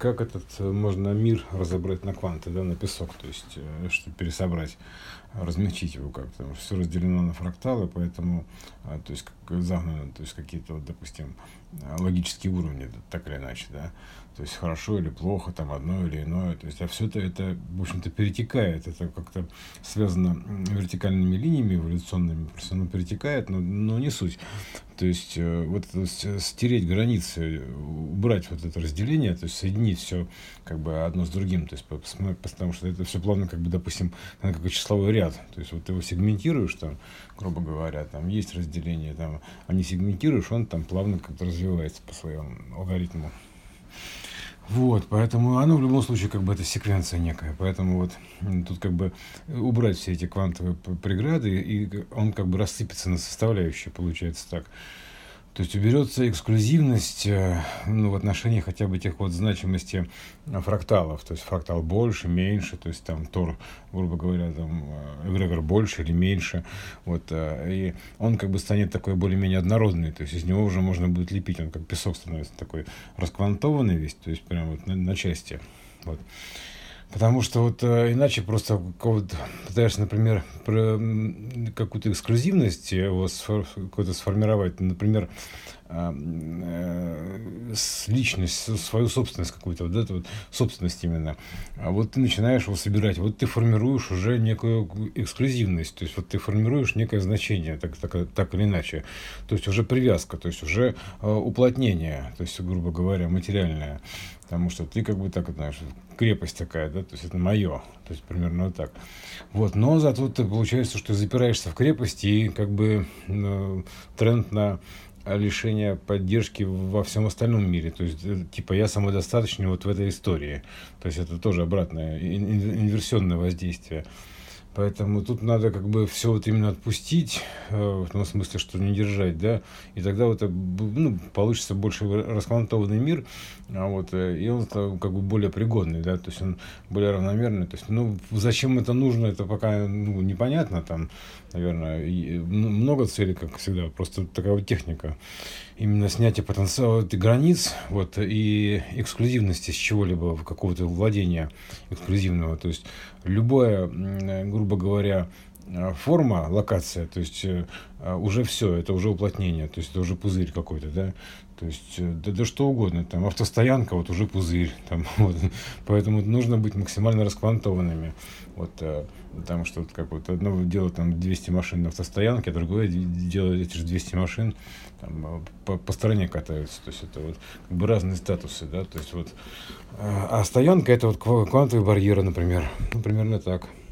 как можно мир разобрать на кванты, да, на песок, то есть, чтобы пересобрать, размягчить его как-то. Все разделено на фракталы, поэтому, то есть, как загнано, то есть, какие-то, вот, допустим, логические уровни, так или иначе, да, то есть, хорошо или плохо, там, одно или иное, то есть, а все это, в общем-то, перетекает, это как-то связано вертикальными линиями эволюционными, просто оно перетекает, но не суть. То есть, стереть границы, убрать вот это разделение, то есть соединить все как бы одно с другим, то есть потому что это все плавно, как бы, допустим, как числовой ряд, то есть вот ты его сегментируешь, там, грубо говоря, там есть разделение, там, а не сегментируешь, он там плавно как-то развивается по своему алгоритму. Вот, поэтому оно в любом случае как бы это секвенция некая, поэтому вот тут как бы убрать все эти квантовые преграды, и он как бы рассыпется на составляющие, получается так. То есть уберется эксклюзивность, в отношении хотя бы тех вот значимости фракталов. То есть фрактал больше, меньше, то есть там Тор, грубо говоря, там эгрегор больше или меньше. Вот, и он как бы станет такой более-менее однородный, то есть из него уже можно будет лепить, он как песок становится такой расквантованный весь, то есть прям вот на части. Вот. Потому что вот иначе просто пытаешься, например, какую-то эксклюзивность его какую-то сформировать, например, личность, свою собственность какую-то, вот эту вот собственность именно. А вот ты начинаешь его собирать, вот ты формируешь уже некую эксклюзивность, то есть вот ты формируешь некое значение, так или иначе, то есть уже привязка, то есть уже уплотнение, то есть, грубо говоря, материальное. Потому что ты как бы так, знаешь, крепость такая, да, то есть это мое, то есть примерно вот так. Вот, но зато ты получается, что ты запираешься в крепости и как бы тренд на лишение поддержки во всем остальном мире. То есть, типа, я самодостаточный вот в этой истории. То есть это тоже обратное инверсионное воздействие. Поэтому тут надо как бы все вот именно отпустить, в том смысле, что не держать, да, и тогда вот получится больше расквантованный мир, и он как бы более пригодный, да, то есть он более равномерный, то есть, зачем это нужно, это пока, непонятно, там, наверное, много целей, как всегда, просто такая вот техника, именно снятие потенциала границ, вот, и эксклюзивности с чего-либо, какого-то владения эксклюзивного, то есть любое, грубо говоря, форма, локация, то есть уже все, это уже уплотнение, то есть это уже пузырь какой-то, да, то есть да что угодно, там автостоянка, вот уже пузырь, там, вот, поэтому нужно быть максимально расквантованными, вот, потому что как вот одно дело там 200 машин на автостоянке, а другое дело эти же 200 машин там, по стороне катаются, то есть это вот как бы разные статусы, да, то есть вот, а стоянка это вот квантовые барьеры, например, примерно так.